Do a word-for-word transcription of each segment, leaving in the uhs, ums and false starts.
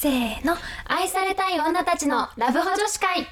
せーの、愛されたい女たちのラブホ女子会。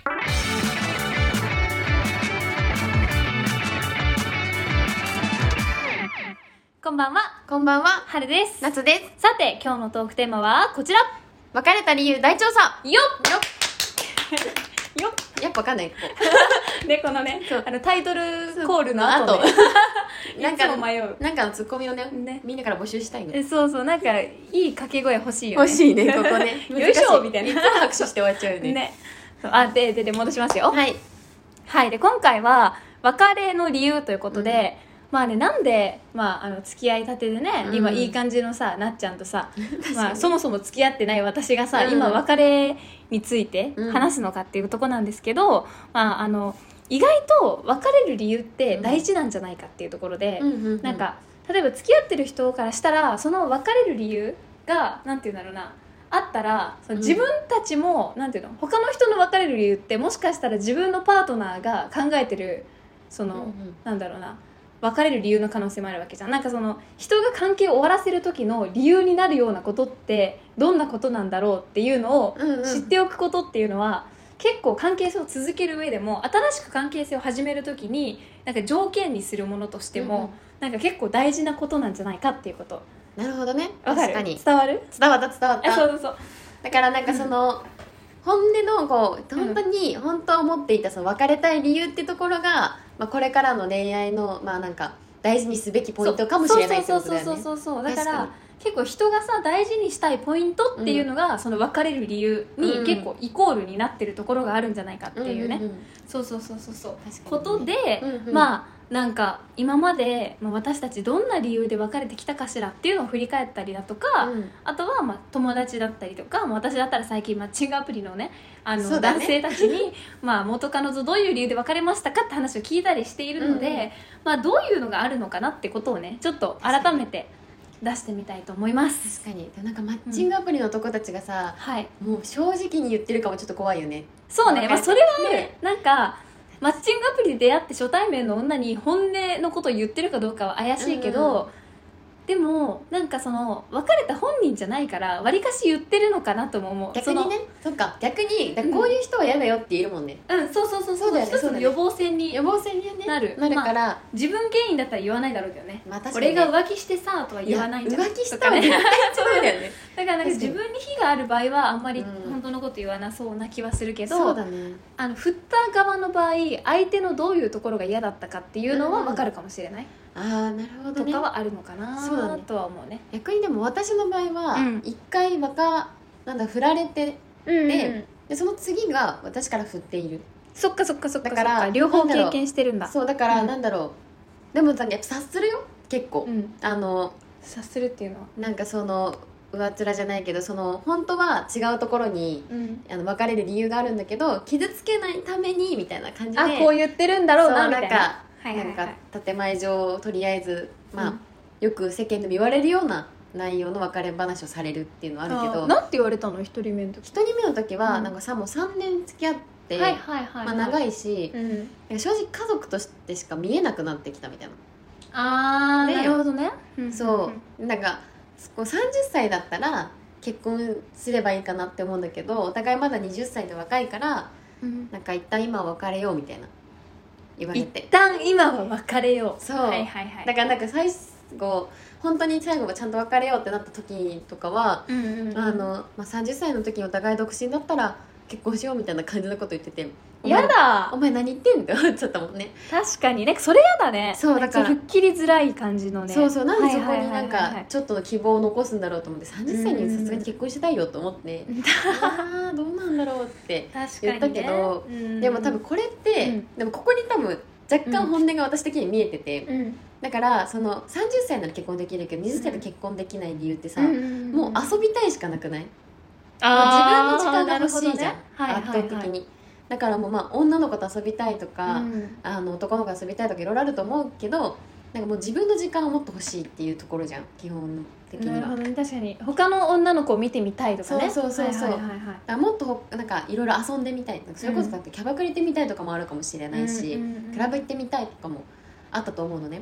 こんばんは。 こんばんは。 はるです。 夏です。 さて、今日のトークテーマはこちら。 別れた理由大調査。 よっよよっっやっぱわかんないこで、このね、あのタイトルコールのあと後、ね、 なんいつも迷う。 なんかのツッコミをねねみんなから募集したいね。 えそうそう、なんかいい掛け声欲しいよね。 欲しいね、ここね。 よいしょみたいないつも拍手して終わっちゃうよね。 ね。そうあ、で、で、で、戻しますよ。 はい。 はい。で、今回は別れの理由ということで、うん、まあね、なんで、まあ、あの付き合いたてでね、うん、今いい感じのさなっちゃんとさ、まあ、そもそも付き合ってない私がさ、うん、今別れについて話すのかっていうとこなんですけど、うん、まあ、あの意外と別れる理由って大事なんじゃないかっていうところで、うんうんうんうん、なんか例えば付き合ってる人からしたらその別れる理由がなんていうんだろうな、あったらその自分たちも、うん、なんていうの、他の人の別れる理由ってもしかしたら自分のパートナーが考えてるその、うんうん、なんだろうな、別れる理由の可能性もあるわけじゃん。なんかその人が関係を終わらせる時の理由になるようなことってどんなことなんだろうっていうのを知っておくことっていうのは、うんうん、結構関係性を続ける上でも新しく関係性を始める時になんか条件にするものとしても、うんうん、なんか結構大事なことなんじゃないかっていうこと。 なるほどね。 わかる？ 確かに伝わる？ 伝わった伝わった。 そうそうそう。 だからなんかその、うん、本音のこう本当に本当思っていたその別れたい理由ってところが、まあ、これからの恋愛のまあなんか大事にすべきポイントかもしれないってことだよね。 そうそうそうそうそう。だから結構人がさ大事にしたいポイントっていうのが、うん、その別れる理由に結構イコールになってるところがあるんじゃないかっていうね、うんうんうん、そうそうそうそうそう、ね、ことで、うんうん、まあなんか今まで、まあ、私たちどんな理由で別れてきたかしらっていうのを振り返ったりだとか、うん、あとはまあ友達だったりとか、まあ、私だったら最近マッチングアプリのね、あの、ね、男性たちにまあ元カノとどういう理由で別れましたかって話を聞いたりしているので、うん、まあ、どういうのがあるのかなってことをねちょっと改めて出してみたいと思います。 確かに。なんかマッチングアプリの男たちがさ、うん、はい、もう正直に言ってるかもちょっと怖いよね。 そうね、まあ、それはある、ね、なんかマッチングアプリで出会って初対面の女に本音のことを言ってるかどうかは怪しいけど、うん、でもなんかその別れた本人じゃないからわりかし言ってるのかなとも思う。 逆にね、そっか、逆にだこういう人は嫌だよって言えるもんね。 うん、うん、そうそうそうそう、一つの予防線に予防線に、ね、 なるなるから、まあ、 自分原因だったら言わないだろうけどね、まあ確かにね、俺が浮気してさとは言わないんじゃない浮気したら絶対そうだよねだからなんか自分に非がある場合はあんまり本当のこと言わなそうな気はするけど、 そうだね、 あの振った側の場合相手のどういうところが嫌だったかっていうのは分かるかもしれない、うん、 ああなるほどね、 とかはあるのかな、そうだ、ね、とは思うね。 逆にでも私の場合は一、うん、回またなんだ振られて、うんうん、で, でその次が私から振っている。 そっかそっかそっか、 だから両方経験してるんだ。 そうだからなんだろう、うん、でもやっぱ察するよ結構、うん、あの察するっていうのはなんかその上っ面じゃないけど、その本当は違うところに、うん、あの別れる理由があるんだけど傷つけないためにみたいな感じで、 あこう言ってるんだろうなみたいな、 なんか、はいはいはい、なんか建前上とりあえず、まあ、うん、よく世間で言われるような内容の別れ話をされるっていうのはあるけど、 なんて言われたの一人目の時。 一人目の時は、うん、なんかさもうさんねん付き合って、はいはいはいはい、まあ、長いし、うん、正直家族としてしか見えなくなってきたみたいな。 あーなるほどね、 そう、なんかこうさんじゅっさいだったら結婚すればいいかなって思うんだけど、お互いまだはたちで若いから、うん、なんか一旦今は別れようみたいな言われて、 一旦今は別れよう、 そう、はいはいはい、だからなんか最後本当に最後がちゃんと別れようってなった時とかは、うんうんうん、あのまあ、さんじゅっさいの時にお互い独身だったら結婚しようみたいな感じのこと言ってて、 やだお前何言ってんって思っちゃったもんね。 確かにね、それやだね。 そうだから吹っ切りづらい感じのね。そうそう、 なんでそこになんかちょっとの希望を残すんだろうと思って、さんじゅっさいにさすがに結婚したいよと思って、ああどうなんだろうって言ったけど、ね、でも多分これって、うん、でもここに多分若干本音が私的に見えてて、うん、だからそのさんじゅっさいなら結婚できるけどはたちで結婚できない理由ってさ、うん、もう遊びたいしかなくない？あ自分の時間が欲しいじゃん、ね、圧倒的に、はいはいはい、だからもうまあ女の子と遊びたいとか、うん、あの男の子と遊びたいとかいろいろあると思うけど、なんかもう自分の時間をもっと欲しいっていうところじゃん基本的には。 なるほどね、確かに他の女の子を見てみたいとかね。 そうそうそうそう、はいはいはいはい、だからもっとなんかいろいろ遊んでみたい、それこそだってキャバクラ行ってみたいとかもあるかもしれないし、うんうんうん、クラブ行ってみたいとかもあったと思うのね。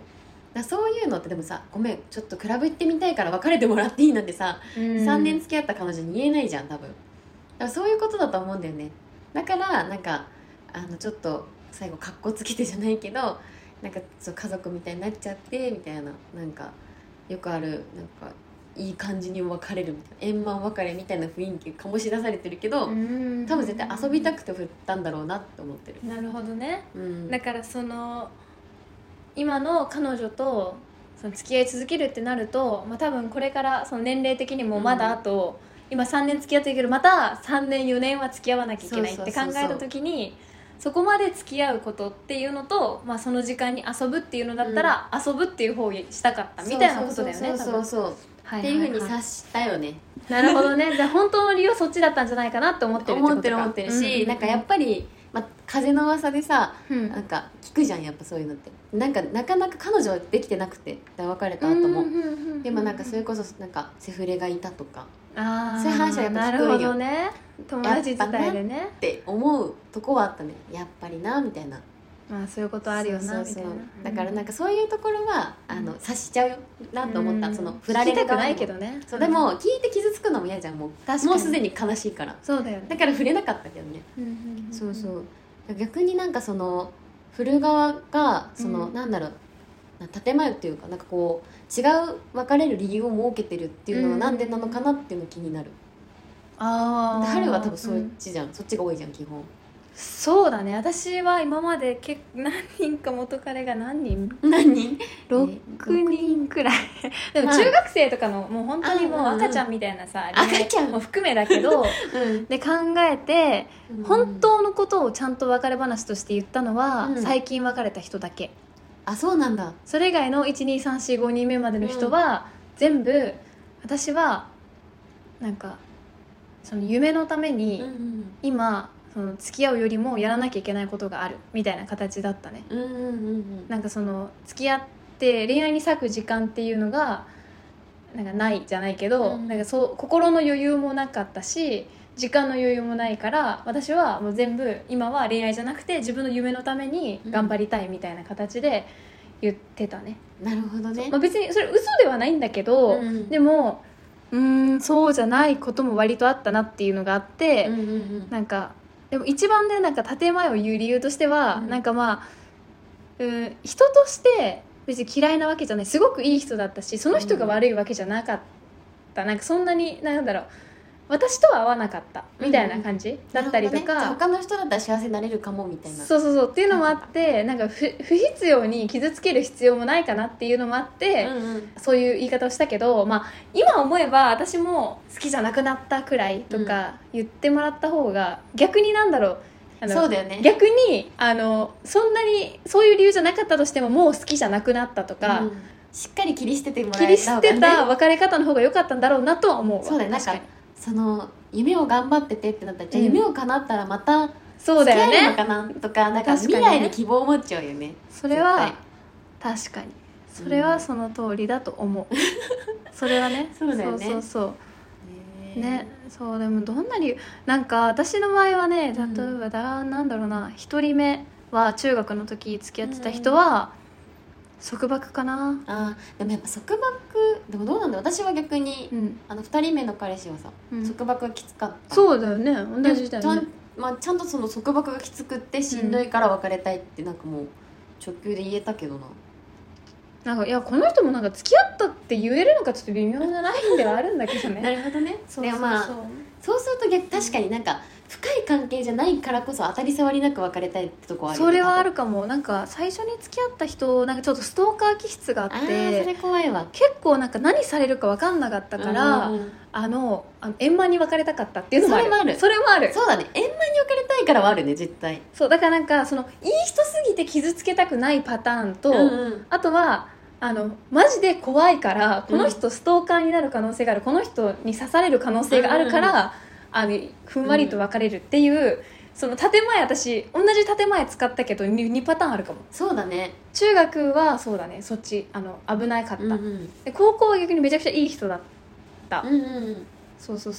だそういうのってでもさ、ごめんちょっとクラブ行ってみたいから別れてもらっていいなんてさ、うん、さんねん付き合った彼女に言えないじゃん多分。だからそういうことだと思うんだよね。だからなんかあのちょっと最後カッコつけてじゃないけど、なんかそう家族みたいになっちゃってみたいな、なんかよくあるなんかいい感じに別れるみたいな円満別れみたいな雰囲気醸し出されてるけど、多分絶対遊びたくて振ったんだろうなって思ってる。 なるほどね、 うん、 だからその今の彼女とその付き合い続けるってなると、まあ、多分これからその年齢的にもまだあと、うん、今さんねん付き合ってるけどまたさんねんよねんは付き合わなきゃいけないって考えた時に、そこまで付き合うことっていうのと、まあ、その時間に遊ぶっていうのだったら、うん、遊ぶっていう方にしたかったみたいなことだよね。 そうそうそうっていうふうに察したよね。 なるほどね。じゃあ本当の理由はそっちだったんじゃないかなって思ってるってことか。 思ってる思ってるし、うんうんうん、なんかやっぱり、まあ、風の噂でさ、うん、なんか聞くじゃんやっぱそういうのって。なんかなかなか彼女はできてなくて別れた後も、うんうんうんうん、でもなんかそれこそなんかセフレがいたとか、あそういう話はやっぱ聞くよ。なるほどね。友達自体でねって思うとこはあったね。やっぱりなみたいな。 まあそういうことあるよな。そうそうそうみたいな。だからなんかそういうところは、うん、あの察しちゃうなと思った、うん、その振られる側も聞きたくないけどね。 そうでも聞いて傷つくのも嫌じゃん。もうもうすでに悲しいから。 そうだよね。 だから触れなかったけどね、うんうんうんうん、そうそう逆になんかその振る側がその、うん、なんだろう建前っていうかなんかこう違う別れる理由を設けてるっていうのはなんでなのかなっていうの気になる。 ああ春は多分そっちじゃん、うん、そっちが多いじゃん基本。 そうだね。私は今までけ何人か元彼が何人何人 ? ろく 人くらいでも中学生とかのもう本当にもう赤ちゃんみたいなさ、 赤ちゃんも含めだけど、うん、で考えて、うん、本当のことをちゃんと別れ話として言ったのは、うん、最近別れた人だけ。 あ、そうなんだ。 それ以外のいちにさんしごにんめまでの人は、うん、全部私はなんかその夢のために今その付き合うよりもやらなきゃいけないことがあるみたいな形だったね、 うんうんうんうん、 なんかその付き合って恋愛に割く時間っていうのがなんかないじゃないけど、うん、なんかそう心の余裕もなかったし時間の余裕もないから私はもう全部今は恋愛じゃなくて自分の夢のために頑張りたいみたいな形で言ってたね、 うん、なるほどね、 まあ、別にそれ嘘ではないんだけど、うん、でもうーんそうじゃないことも割とあったなっていうのがあって、うんうんうん、なんかでも一番ねなんか建前を言う理由としては、うん、なんかまあうん人として別に嫌いなわけじゃない、すごくいい人だったしその人が悪いわけじゃなかった、うん、なんかそんなになんだろう私とは合わなかったみたいな感じ、うん、だったりとか、ね、 他の人だったら幸せになれるかもみたいな、 そうそうそうっていうのもあってなんか 不, 不必要に傷つける必要もないかなっていうのもあって、うんうん、そういう言い方をしたけど、まあ、今思えば私も好きじゃなくなったくらいとか言ってもらった方が逆になんだろうあのそうだよね、 逆にあのそんなにそういう理由じゃなかったとしてももう好きじゃなくなったとか、うん、 しっかり切り捨ててもらえた方が、ね、 切り捨てた別れ方の方が良かったんだろうなとは思うわ。 そうだよ、なんかその夢を頑張っててってなったら、じゃあ夢を叶ったらまたそうだよね付き合えるのかなとか、なんか未来に希望を持っちゃうよね。 それは確かにそれはその通りだと思う、うん、それはねそうだよね、 そうそうそうね、そうでもどんな理由なんか私の場合はね、例えばだ、うん、なんだろうな一人目は中学の時付き合ってた人は、うん、束縛かなあ。でもやっぱ束縛でもどうなんだ、私は逆に、うん、あのふたりめの彼氏はさ、うん、束縛がきつかった。 そうだよね、同じだよね。 ちゃん、まあ、ちゃんとその束縛がきつくってしんどいから別れたいってなんかもう直球で言えたけどな。 なんかいやこの人もなんか付き合ったって言えるのかちょっと微妙なラインではあるんだけどねなるほどね。 そうそうそう、 でもまあそうすると逆確かになんか深い関係じゃないからこそ当たり障りなく別れたいってとこはある、ね、 それはあるかも。なんか最初に付き合った人なんかちょっとストーカー気質があって、あーそれ怖いわ。 結構なんか何されるか分かんなかったから、うんうん、あのあの円満に別れたかったっていうのもある。 それもある、 それもある。 そうだね、円満に別れたいからはあるね絶対。 そうだからなんかそのいい人すぎて傷つけたくないパターンと、うんうん、あとはあのマジで怖いからこの人ストーカーになる可能性がある、うん、この人に刺される可能性があるから、うんうん、あのふんわりと別れるっていう、うん、その建前私同じ建前使ったけど 2, にパターンあるかも。 そうだね、 中学はそうだねそっちあの危なかった、うんうん、で高校は逆にめちゃくちゃいい人だった、 うんうん、 そうそうそう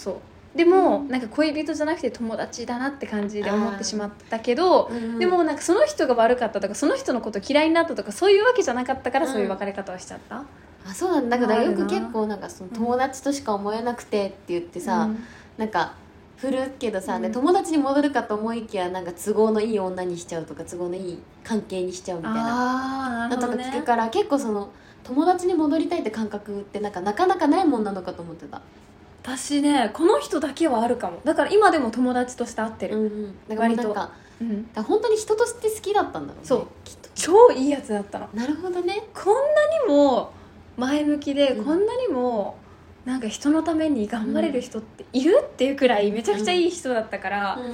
でもなんか恋人じゃなくて友達だなって感じで思ってしまったけど、 うん、 でもなんかその人が悪かったとかその人のこと嫌いになったとかそういうわけじゃなかったからそういう別れ方をしちゃった、うん、 あそうなんだ。だからよく結構なんかその友達としか思えなくてって言ってさ、うん、なんか振るけどさ、うん、で友達に戻るかと思いきやなんか都合のいい女にしちゃうとか都合のいい関係にしちゃうみたいなのとか聞くから、結構その友達に戻りたいって感覚ってなんかなかなかないもんなのかと思ってた。 私ねこの人だけはあるかも。だから今でも友達として会ってる、うんうん、 だからなんか、うん、だから本当に人として好きだったんだろうね。 そうきっと超いいやつだったの。 なるほどね。 こんなにも前向きで、うん、こんなにもなんか人のために頑張れる人っている、うん、っていうくらいめちゃくちゃいい人だったから、うん、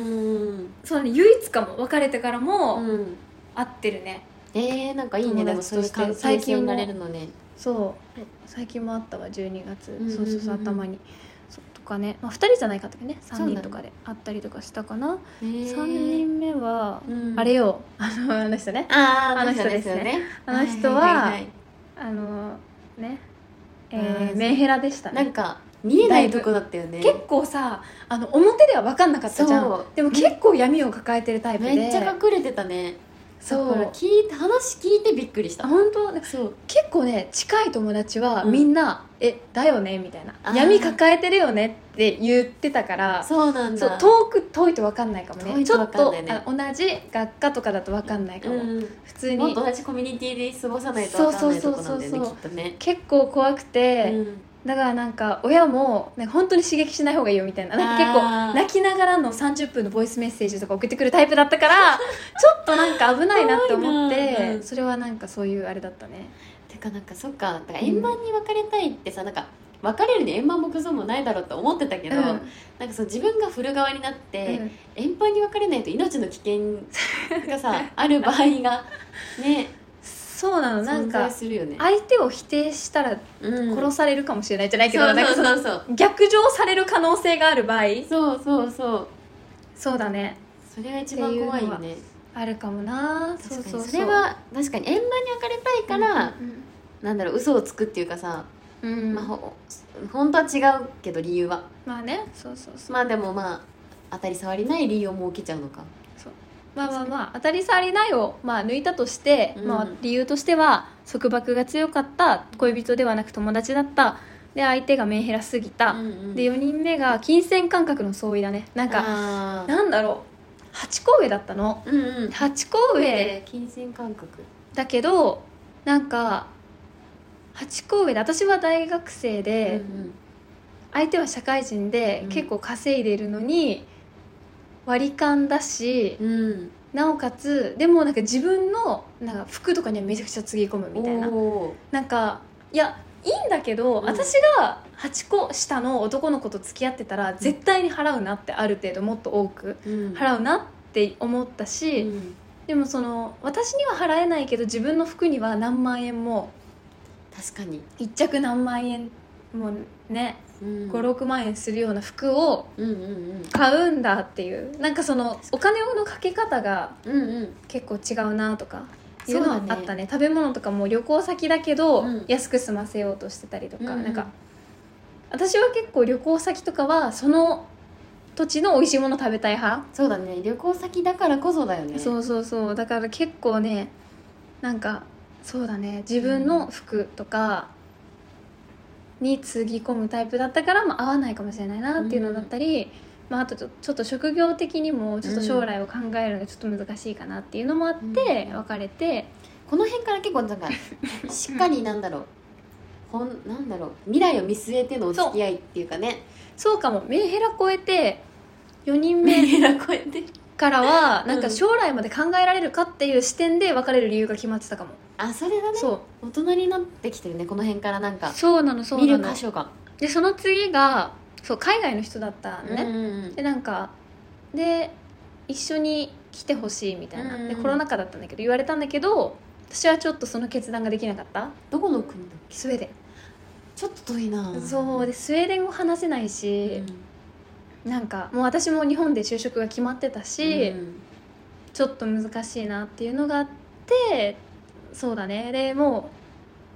そうね、唯一かも。別れてからも会ってるね、 うん、えー、なんかいいね。でもそういう関係性になれるのね。 そう最近もあったわじゅうにがつ、うんうんうん、そうそうそう頭にとかね、まあ、ふたりじゃないかったけどねさんにんとかで会ったりとかしたかな。さんにんめは、うん、あれよあのあの人ねああの人ですね。あの人は、はいはいはいはい、あのねえー、メンヘラでしたね。 なんか見えないとこだったよね。 結構さあの表では分かんなかったじゃん。でも結構闇を抱えてるタイプでめっちゃ隠れてたね。そうだから聞いて話聞いてびっくりした。 本当そう結構ね近い友達はみんな、うん、えだよねみたいな闇抱えてるよねって言ってたから。 そうなんだ。 そう遠く遠いと分かんないかもね。 遠いと分かんないね。 ちょっと同じ学科とかだと分かんないかも、うん、普通にもっと同じコミュニティで過ごさないと分かんないとこなんだよねきっとね。 結構怖くて、うん、だからなんか親もなんか本当に刺激しない方がいいよみたいな、なんか結構泣きながらのさんじゅっぷんのボイスメッセージとか送ってくるタイプだったからちょっとなんか危ないなって思ってそれはなんかそういうあれだったね。 てかなんかそっか、だから円満に別れたいってさ、なんか別れるに円満もクソもないだろうって思ってたけど、うん、なんかそう自分が振る側になって、うん、円満に別れないと命の危険がさある場合がねそうなの。なんかするよね。 相手を否定したら殺されるかもしれないじゃないけど、 うん、そうそうそうそう逆上される可能性がある場合。 そうそうそうそうだね。 それが一番怖いよね。 あるかもな。そうそうそう。 それは確かに円満に別れたいから、うんうんうん、なんだろう嘘をつくっていうかさ、うんまあ、ほ本当は違うけど理由はまあねそうそうそう。 まあでもまあ当たり障りない理由を設けちゃうのか。 そうまあまあまあ当たり障りないを、まあ、抜いたとして、うんまあ、理由としては束縛が強かった恋人ではなく友達だったで相手がメンヘラすぎた、うんうん、でよにんめが金銭感覚の相違だね。なんかなんだろうはちこ上だったの、うんうん、はちこ上金銭感覚だけどなんかはちこ上で私は大学生で、うんうん、相手は社会人で結構稼いでるのに割り勘だし、うん、なおかつでもなんか自分のなんか服とかにはめちゃくちゃつぎ込むみたいな。なんかいやいいんだけど、うん、私がはちこ下の男の子と付き合ってたら絶対に払うなってある程度もっと多く払うなって思ったし、うん、でもその私には払えないけど自分の服には何万円も確かにいっ着何万円もね、うん、ごろくまん円するような服を買うんだっていう、なんかそのお金のかけ方が結構違うなとかいうのはあったね。食べ物とかも旅行先だけど安く済ませようとしてたりとか、うん、なんか私は結構旅行先とかはその土地の美味しいもの食べたい派。 そうだね旅行先だからこそだよね。 そうそうそうだから結構ねなんかそうだね自分の服とかにつぎ込むタイプだったから、まあ、合わないかもしれないなっていうのだったり、うんまあ、あとちょ、ちょっと職業的にもちょっと将来を考えるのがちょっと難しいかなっていうのもあって別れて、 うん、この辺から結構なんかしっかりなんだろうほんなんだろう未来を見据えてのお付き合いっていうかね。 そう、そうかも。メンヘラ超えてよにんめメンヘラ超えてからはなんか将来まで考えられるかっていう視点で別れる理由が決まってたかも。 あそれだね。そう大人になってきてるねこの辺からなんかそうなのそうなの見る箇所が。 でその次がそう海外の人だったのね、うんうんうん、でなんかで一緒に来てほしいみたいな、うんうん、でコロナ禍だったんだけど言われたんだけど私はちょっとその決断ができなかった。 どこの国だっけ。 スウェーデン。 ちょっと遠いな。 そうでスウェーデン語話せないし、うん、なんかもう私も日本で就職が決まってたし、うん、ちょっと難しいなっていうのがあってそうだねでもう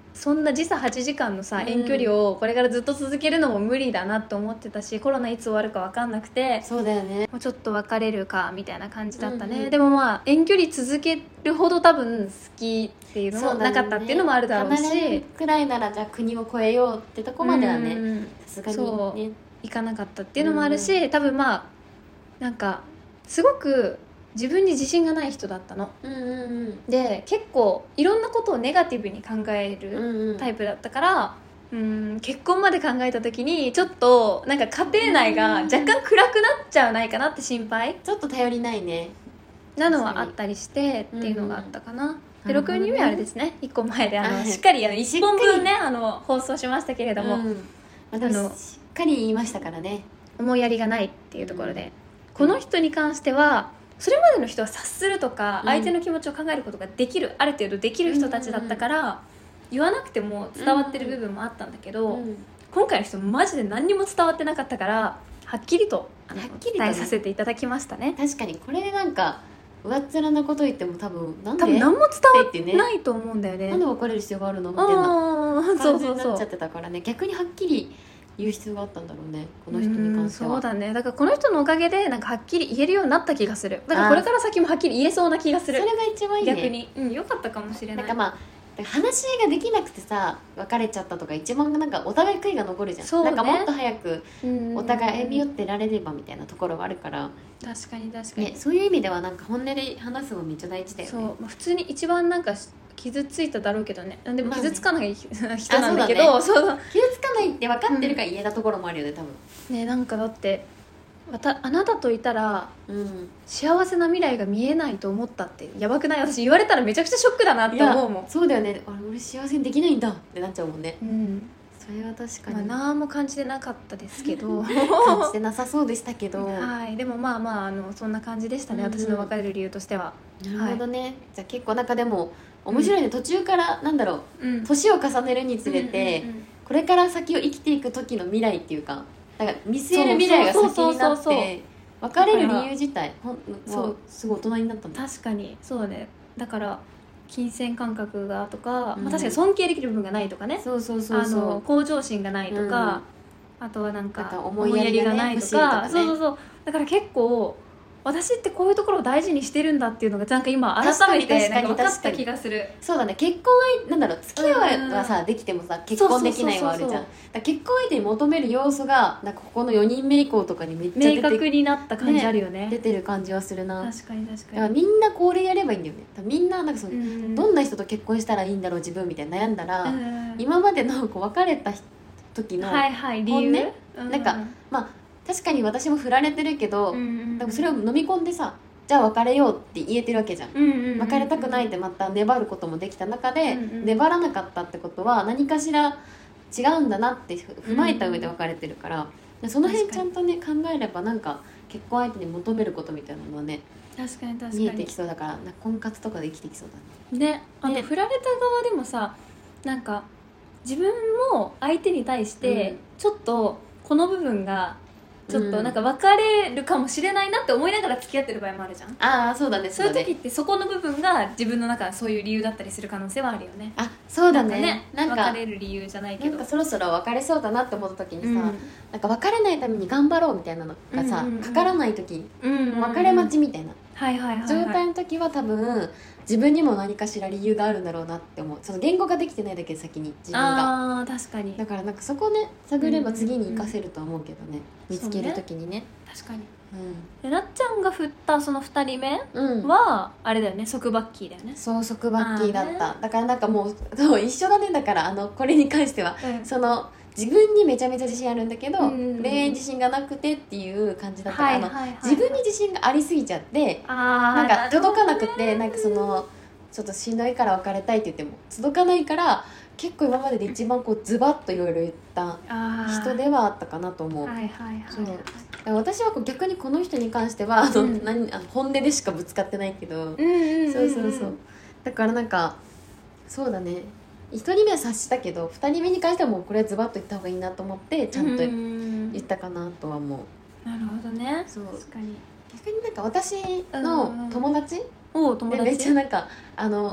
そんな時差はちじかんのさ、 うん遠距離をこれからずっと続けるのも無理だなと思ってたし、コロナいつ終わるか分かんなくて、 そうだよね。 もうちょっと別れるかみたいな感じだったね、 うんうんでもまあ遠距離続けるほど多分好きっていうのもなかったっていうのもあるだろうし、 離れるくらいならじゃあ国を越えようってとこまではね、 うんさすがそうにね。 行かなかったっていうのもあるし、多分まあなんかすごく自分に自信がない人だったのうんうんで、結構いろんなことをネガティブに考えうんうるんうんタイプだったから、うん結婚まで考えた時にちょっとなんか家庭内が若干暗くなっちゃわないかなって心配ちょっと頼りないね。 なのはあったりしてっていうのがあったかな、 うんでろくにんめはあれですね、いっこまえであのはいしっかりあのいっぽんぶんねしあの放送しましたけれども、 うんまあ、でもあのしっかり言いましたからね。 思いやりがないっていうところで、 うんこの人に関してはそれまでの人は察するとか、 うん相手の気持ちを考えることができるある程度できる人たちだったから、言わなくても伝わってる部分もあったんだけど、 うん今回の人マジで何にも伝わってなかったからはっきりとあのはっきりとね伝えさせていただきましたね。 確かにこれでなんか上っ面なこと言っても多分なんで多分何も伝わってってねないと思うんだよね。 なんで別れる必要があるのみたいなうんそう感じそうそうになっちゃってたからね、逆にはっきり言う必要があったんだろうね、この人に関しては。 うんそうだね、だからこの人のおかげでなんかはっきり言えるようになった気がする。だからこれから先もはっきり言えそうな気がする。 それが一番いいね。 逆に、うん、よかったかもしれない。 なんかまあ話ができなくてさ別れちゃったとか一番なんかお互い悔いが残るじゃん、 そうねなんかもっと早くうんお互い歩み寄ってられればみたいなところはあるから、 確かに確かに、 ね、そういう意味ではなんか本音で話すのめっちゃ大事だよね。 そう、まあ、普通に一番なんか傷ついただろうけどね、でもまあね傷つかない人なんだけど、 あそうそう傷つかないって分かってるから言えたところもあるよね多分。 ね、なんかだってまたあなたといたらうん幸せな未来が見えないと思ったってやばくない？私言われたらめちゃくちゃショックだなって思うもん。 そうだよね、あれ俺幸せにできないんだってなっちゃうもんね。 うんそれは確かまあ、 に、 何も感じてなかったですけど感じてなさそうでしたけど、 はい、でもまあまああのそんな感じでしたね、 うんうん私の別れる理由としては。 なるほどね、じゃあ結構なんかでも面白いね、途中からなんだろううん年を重ねるにつれて、 うんうんうんこれから先を生きていく時の未来っていうかなんか見据える未来が先になそうそうそうそうって別れる理由自体ほんそうはすごい大人になったんだ。 確かにそうね、だから金銭感覚がとか、 うんまあ、確かに尊敬できる部分がないとかね、 そうそうそうあのそう向上心がないとか、あとはなんかなんか思いやりがね思いないと欲しいとかか、 ねそうそうそう、だから結構私ってこういうところを大事にしてるんだっていうのがなんか今確かに改めてなん確かにか分かった気がする。 そうだね、結婚相なんだろう付き合いはさ、できてもさ結婚できないはあるじゃん。だそうそうそうから結婚相手に求める要素がなんかここのよにんめ以降とかにめっちゃ出明て確になった感じあるよね。 出てる感じはするな。 確かに確だかからに。 みんなこれやればいいんだよね。だからみんななんかその、 うんどんな人と結婚したらいいんだろう自分みたいな悩んだら、 うん今までのこう別れた時の、 はいはい理由、 本音なんかまあ確かに私も振られてるけど、 うんうんでもそれを飲み込んでさじゃあ別れようって言えてるわけじゃん。 うんうんうんうん別れたくないってまた粘ることもできた中で、 うんうん粘らなかったってことは何かしら違うんだなって踏まえた上で別れてるから、その辺ちゃんとね考えればなんか結婚相手に求めることみたいなのはね確かに確か見えにてきそうだからなんか婚活とかで生きてきそうだね。 ね、あとね振られた側でもさなんか自分も相手に対してうんちょっとこの部分がちょっうんとなんか別れるかもしれないなって思いながら付き合ってる場合もあるじゃん。 ああそうだねそういうだね時ってそこの部分が自分の中そういう理由だったりする可能性はあるよね。 あそうだなんかねなんか別れる理由じゃないけどなんかそろそろ別れそうだなって思った時にさ、 うんなんか別れないために頑張ろうみたいなのがさ、 うんうんうんかからない時、 うん別れ待ちみたいなはいはいはいはい状態の時は多分自分にも何かしら理由があるんだろうなって思う。その言語ができてないだけで先に自分があー確かにだからなんかそこをね探れば次に活かせるとは思うけどね、見つける時にね確かに。でなっちゃんが振ったそのふたりめうん、うん、 はあれだよね、束縛キーだよね。 そう束縛キーだった、 あーだからなんかもうそう一緒だね。だからあのこれに関してはうんその自分にめちゃめちゃ自信あるんだけど、 うんうんうん恋愛に自信がなくてっていう感じだったから、 はいはいはいはいあの自分に自信がありすぎちゃってあーなんか届かなくるほどねてなんかそのちょっとしんどいから別れたいって言っても届かないから結構今までで一番こうズバッといろいろ言ったあー人ではあったかなと思う。 はいはいはいそうだから私はこう逆にこの人に関してはあの、 うん何あの本音でしかぶつかってないけど、 うんうんうんうんそうそうそうだからなんかそうだねひとりめは察したけどふたりめに関してはもうこれはズバッと言った方がいいなと思ってちゃんとうん言ったかなとは思う。 なるほどね。 そう確かに。 逆になんか私の友達おう友達でめっちゃなんかあの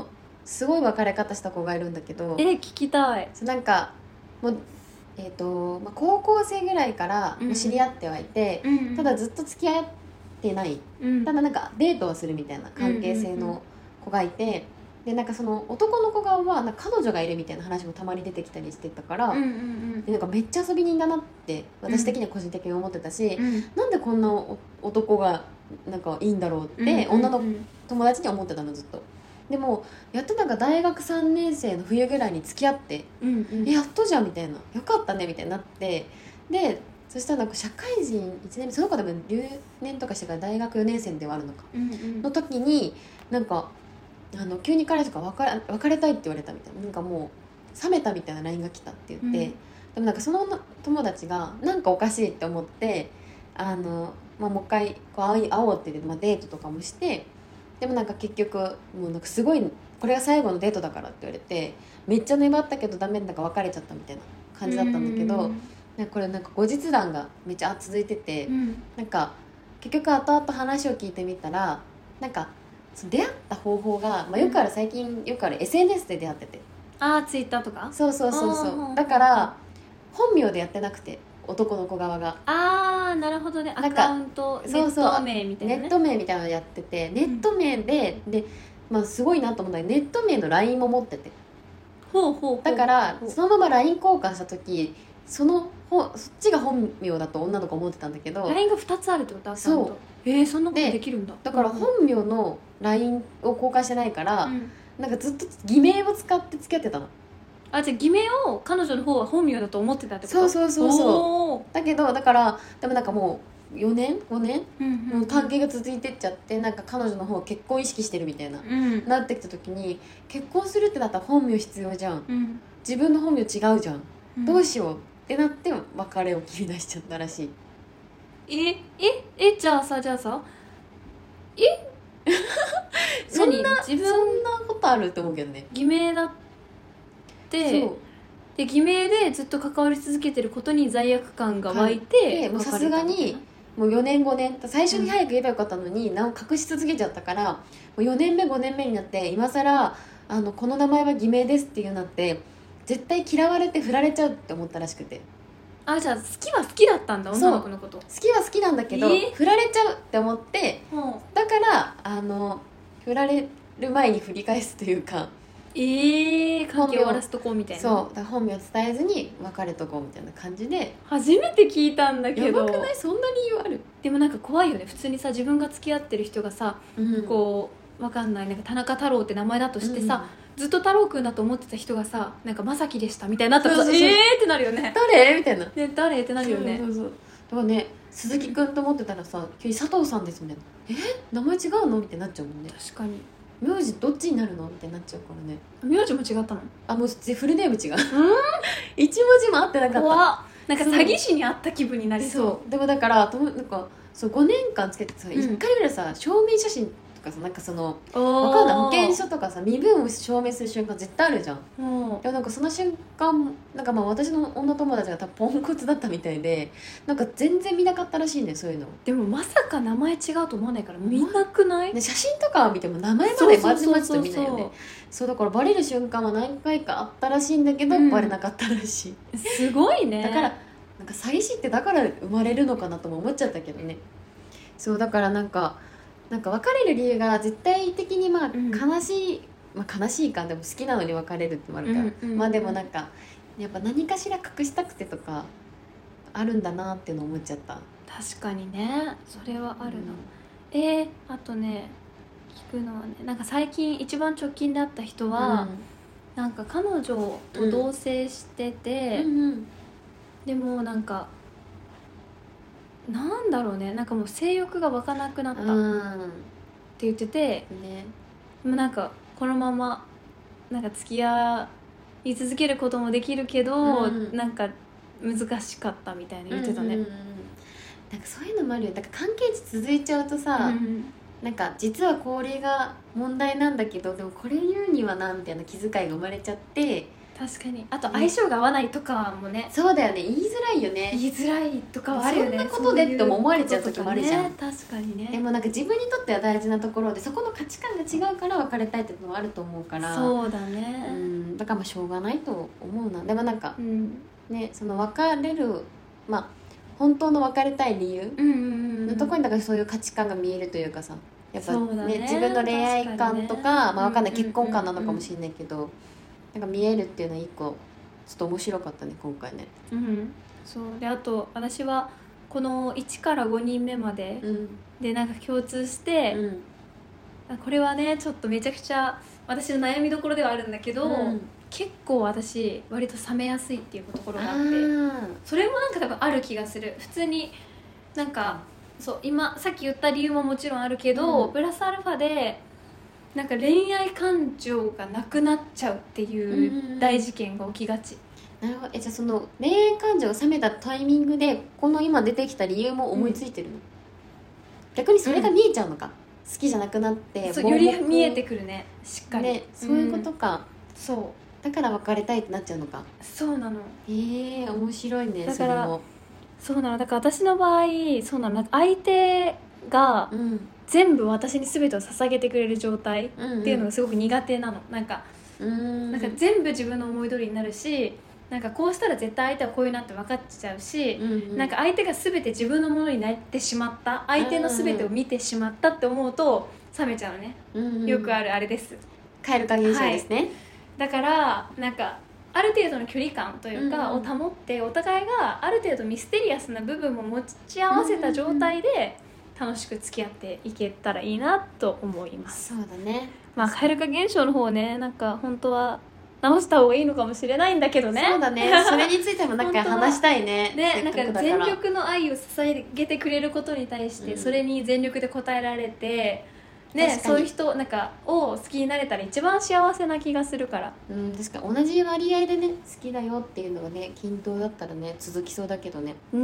すごい別れ方した子がいるんだけど、 え聞きたい。 なんかもうえーとまあ、高校生ぐらいから知り合ってはいて、 うんうん、 ただずっと付き合ってない、うん、ただなんかデートをするみたいな関係性の子がいて、うんうんうん、でなんかその男の子側はなんか彼女がいるみたいな話もたまに出てきたりしてたから、うんうんうん、でなんかめっちゃ遊び人だなって私的には個人的に思ってたし、うん、なんでこんな男がなんかいいんだろうって女の友達に思ってたのずっと。でもやっとなんか大学さんねん生の冬ぐらいに付き合って、うんうん、やっとじゃんみたいな、よかったねみたいになって、でそしたらなんか社会人いちねんめ、その子でも留年とかしてから大学よねん生ではあるのか、うんうん、の時になんかあの急に彼氏が別れ、別れたいって言われたみたいな、なんかもう冷めたみたいな ライン が来たって言って、うん、でもなんかその友達がなんかおかしいって思ってあの、まあ、もう一回こう会い会おうって言って、まあ、デートとかもして、でもなんか結局もうなんかすごいこれが最後のデートだからって言われてめっちゃ粘ったけどダメだから別れちゃったみたいな感じだったんだけど、なんかこれなんか後日談がめっちゃ続いてて、うん、なんか結局後々話を聞いてみたら、なんかその出会った方法が、まあ、よくある最近よくある エスエヌエス で出会ってて、 ああツイッターとか、 そうそうそうそう、だから本名でやってなくて男の子側が、 ああなるほどね、アカウントネット名みたいな、ね、 ネット名みたいなのやってて、ネット名で、うん、で、まあ、すごいなと思ったらネット名の ライン も持ってて、 ほうほうほう、 だからそのまま ライン 交換した時そのそっちが本名だと女の子思ってたんだけど、 ライン がふたつあるってこと？ そう、 えー、そんなことできるんだ。 だから本名の ライン を交換してないから、うん、なんかずっと偽名を使って付き合ってたの。 あ、じゃあ偽名を彼女の方は本名だと思ってたってこと？ そうそうそうそう。だけどだからでもなんかもうよねんごねんの関係が続いてっちゃって、なんか彼女の方は結婚意識してるみたいな、うん、なってきた時に、結婚するってなったら本名必要じゃん、うん、自分の本名違うじゃん、うん、どうしようってなって別れを切り出しちゃったらしい。 えええじゃあさじゃあさえそんな自分そんなことあるって思うけどね。 偽名だってで偽名でずっと関わり続けてることに罪悪感が湧いて、 さすがにもうよねんごねん最初に早く言えばよかったのに、うん、なお隠し続けちゃったから、もうよねんめごねんめになって今更あのこの名前は偽名ですっていうなって絶対嫌われて振られちゃうって思ったらしくて。 あ、じゃあ好きは好きだったんだ、女の子のこと。 好きは好きなんだけど、えー、振られちゃうって思って、うん、だからあの振られる前に振り返すというか、 えー、関係を終わらせとこうみたいな。 そうだから本名を伝えずに別れとこうみたいな感じで。 初めて聞いたんだけど。 やばくない？そんな理由ある？ でもなんか怖いよね、普通にさ自分が付き合ってる人がさ、うん、こうわかんないなんか田中太郎って名前だとしてさ、うん、ずっと太郎くんだと思ってた人がさなんか正樹でしたみたいになったらさ、えーってなるよね。 誰みたいな、 ね、誰ってなるよね。 そうそうそう。だからね、鈴木くんと思ってたらさ急に佐藤さんですみたいな、え名前違うのみたいになっちゃうもんね。 確かに。 名字どっちになるのみたいになっちゃうからね。 名字も違ったの？ あ、もうフルネーム違う。一文字も合ってなかった。 怖っ。なんか詐欺師に会った気分になりそう。 そう。でもだからとなんかそうごねんかんつけてさ、うん、いっかいぐらいさ証明写真とかさ、なんかそのわかんない保険証とかさ身分を証明する瞬間絶対あるじゃん。でもなんかその瞬間なんかまあ私の女友達が多分ポンコツだったみたいで、なんか全然見なかったらしいんだよそういうの。 でもまさか名前違うと思わないから見なくない？ ね、写真とかは見ても名前までまじまじと見ないよね。そうだからバレる瞬間は何回かあったらしいんだけど、うん、バレなかったらしい。 すごいね。 だからなんか詐欺師ってだから生まれるのかなとも思っちゃったけどね。そうだからなんかなんか別れる理由が絶対的にまあ悲しい、うん、まあ、悲しいかでも好きなのに別れるってもあるから、うんうんうん、まあでもなんかやっぱ何かしら隠したくてとかあるんだなっていうのを思っちゃった。 確かにね、それはあるな、うん、えー、あとね聞くのはね、なんか最近一番直近で会った人は、うん、なんか彼女と同棲してて、うんうんうん、でもなんかなんだろうね、なんかもう性欲が湧かなくなったって言ってて、ね、もうなんかこのままなんか付き合い続けることもできるけど、うん、なんか難しかったみたいな言ってたね、うんうんうん、 なんかそういうのもあるよ。だから関係値続いちゃうとさ、うん、なんか実はこれが問題なんだけどでもこれ言うにはなみたいな気遣いが生まれちゃって、 確かに。あと相性が合わないとかもね、 そうだよね、言いづらいよね。 言いづらいとかはあるよね。 そんなことでっても思われちゃう時もあるじゃん、 ね、確かにね。 でもなんか自分にとっては大事なところで、そこの価値観が違うから別れたいっていうのはあると思うから、 そうだね、 うん、だからまあしょうがないと思うな。でもなんか、 うん、 ね、その別れる、まあ本当の別れたい理由のところにだからそういう価値観が見えるというかさ、やっぱ ね, ね自分の恋愛観と か, か、ね、まあ、わかんない、結婚観なのかもしれないけど、なんか見えるっていうのは一個ちょっと面白かったね今回ね。 うん、そうで、あと私はこのいちからごにんめまで、うん、でなんか共通して、うん、これはねちょっとめちゃくちゃ私の悩みどころではあるんだけど、うん、結構私割と冷めやすいっていうところがあって、それもなんか多分ある気がする。普通になんかそう今さっき言った理由ももちろんあるけど、うん、プラスアルファでなんか恋愛感情がなくなっちゃうっていう大事件が起きがち。 なるほど。えじゃあその恋愛感情が冷めたタイミングでこの今出てきた理由も思いついてるの、うん、逆にそれが見えちゃうのか、うん、好きじゃなくなってそうより見えてくるね、しっかりね、 そういうことか、うん、 そうだから別れたいってなっちゃうのか。 そうなの。 えー、面白いね。 だからそれもそうなの。だから私の場合そうなの、なんか相手が全部私に全てを捧げてくれる状態っていうのがすごく苦手なの。なんかうんなんか全部自分の思い通りになるし、なんかこうしたら絶対相手はこういうなって分かっちゃうし、うんうん、なんか相手が全て自分のものになってしまった、相手の全てを見てしまったって思うと冷めちゃうのね、うんうん、よくあるあれです。 蛙化現象ですね、はい、 だからなんかある程度の距離感というかを保って、お互いがある程度ミステリアスな部分も持ち合わせた状態で楽しく付き合っていけたらいいなと思います。 そうだね。 まあ蛙化現象の方ね、なんか本当は直した方がいいのかもしれないんだけどね。 そうだね。それについてもなんか話したいね。 ね、なんか全力の愛を捧げてくれることに対して、それに全力で応えられて、ね、そういう人なんかを好きになれたら一番幸せな気がするから。 うん、確か同じ割合でね好きだよっていうのがね均等だったらね続きそうだけどね。うん。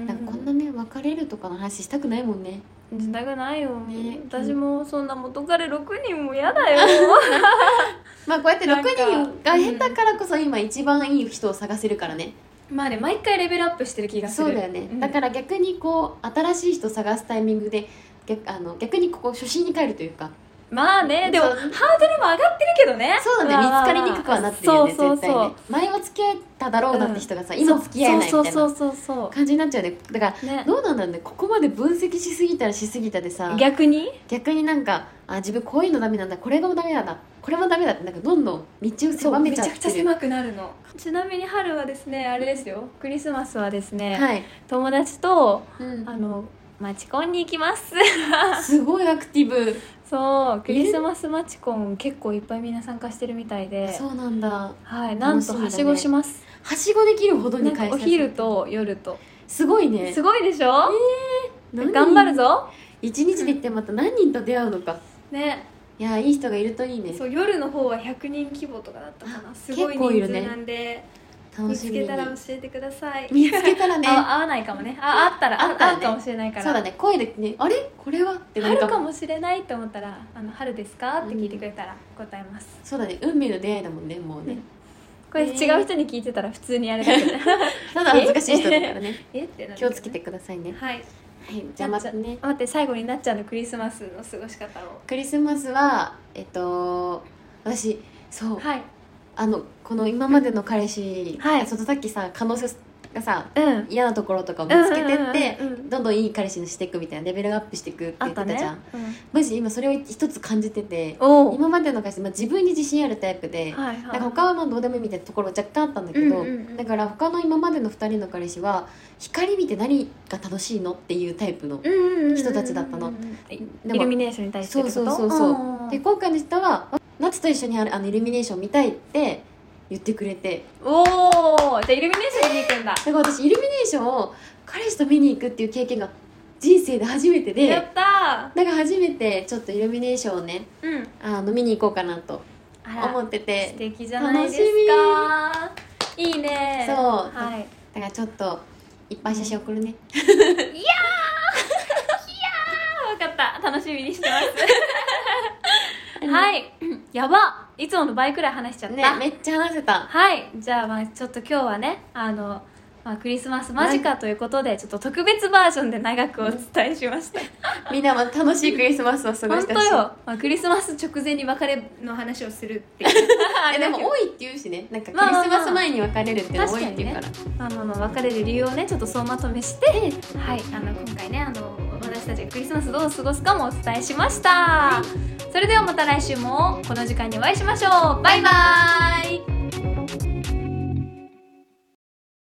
なんかこんなね別れるとかの話したくないもんね。 したくないよ、ね、私もそんな元彼ろくにんも嫌だよまあこうやってろくにんが減ったからこそ今一番いい人を探せるからね。 まあね、毎回レベルアップしてる気がする。 そうだよね、うん、だから逆にこう新しい人を探すタイミングで 逆, あの逆にここ初心に帰るというか。 まあね、でもハードルも上がってるけどね。 そうだね、見つかりにくくはなってるよね。そうそうそう、絶対ね。前は付き合えただろうなって人がさ、うん、今付き合えないみたいな感じになっちゃうね。だから、ね、どうなんだろうね、ここまで分析しすぎたらしすぎたでさ、 逆に逆になんかあ自分こういうのダメなんだ、これがダメなんだ、これもダメだって、なんかどんどん道を狭めちゃってる。めちゃくちゃ狭くなるの。 ちなみに春はですね、あれですよ、クリスマスはですね、はい、友達と、うん、あのマチコンに行きますすごいアクティブ。 そうクリスマスマチコン結構いっぱいみんな参加してるみたいで。 そうなんだ。 はい、なんとはしごします、ね、 はしごできるほどに開催。 お昼と夜と。 すごいね。 すごいでしょ。えー、頑張るぞ。 一日で行ってまた何人と出会うのか、 うん、ね。 いやいい人がいるといいね。 そう夜の方はひゃくにん規模とかだったかな。すごい人数なんで、見つけたら教えてください。 見つけたらねあ合わないかもね。ああったらあったら、ね、合うかもしれないから。 そうだね、声でね、あれこれはってなるかも。 春かもしれないと思ったら、あの春ですかって聞いてくれたら答えます、 うん、そうだね、運命の出会いだもんね、もうね、うん、 これ違う人に聞いてたら普通にあれだけどねただ恥ずかしい人だからねえってなる、 気をつけてくださいね。 はい、はい、 じゃあまたね。 待って、最後になっちゃうのクリスマスの過ごし方を。 クリスマスはえっと私そう、はい、あのこの今までの彼氏、はい、そのさっきさ可能性がさ、うん、嫌なところとかを見つけてって、どんどんいい彼氏にしていくみたいな、レベルアップしていくって言ってたじゃん、ね、うん、マジ今それを一つ感じてて、今までの彼氏、まあ、自分に自信あるタイプで、はいはい、なんか他はまあどうでもいいみたいなところ若干あったんだけど、うんうんうん、だから他の今までのふたりの彼氏は光見て何が楽しいのっていうタイプの人たちだったの。 イルミネーションに対してってこと？ そうそうそうそう。で今回の人は夏と一緒にあるあのイルミネーション見たいって言ってくれて、 おお、じゃあイルミネーション見に行くんだ。 だから私イルミネーションを彼氏と見に行くっていう経験が人生で初めてで、 やったー。だから初めてちょっとイルミネーションをね、うん、あの見に行こうかなと思ってて、 素敵じゃないですか。いいね。 そう、はい、だからちょっといっぱい写真送るね、 うん、いやーいやー分かった、楽しみにしてますはい、やば、 いつもの倍くらい話しちゃったね。めっちゃ話せた。 はい、じゃあまあちょっと今日はねあのまあ、クリスマス間近ということでちょっと特別バージョンで長くお伝えしましたみんなも楽しいクリスマスを過ごしたし。 本当よ、まあ、クリスマス直前に別れの話をするっていうえでも多いって言うしね、なんかクリスマス前に別れるっての多いって言うから、 まあまあまあ別れる理由をねちょっと総まとめして、はい、あの今回ねあの私たちがクリスマスどう過ごすかもお伝えしました、はい、それではまた来週もこの時間にお会いしましょう。バイバーイ。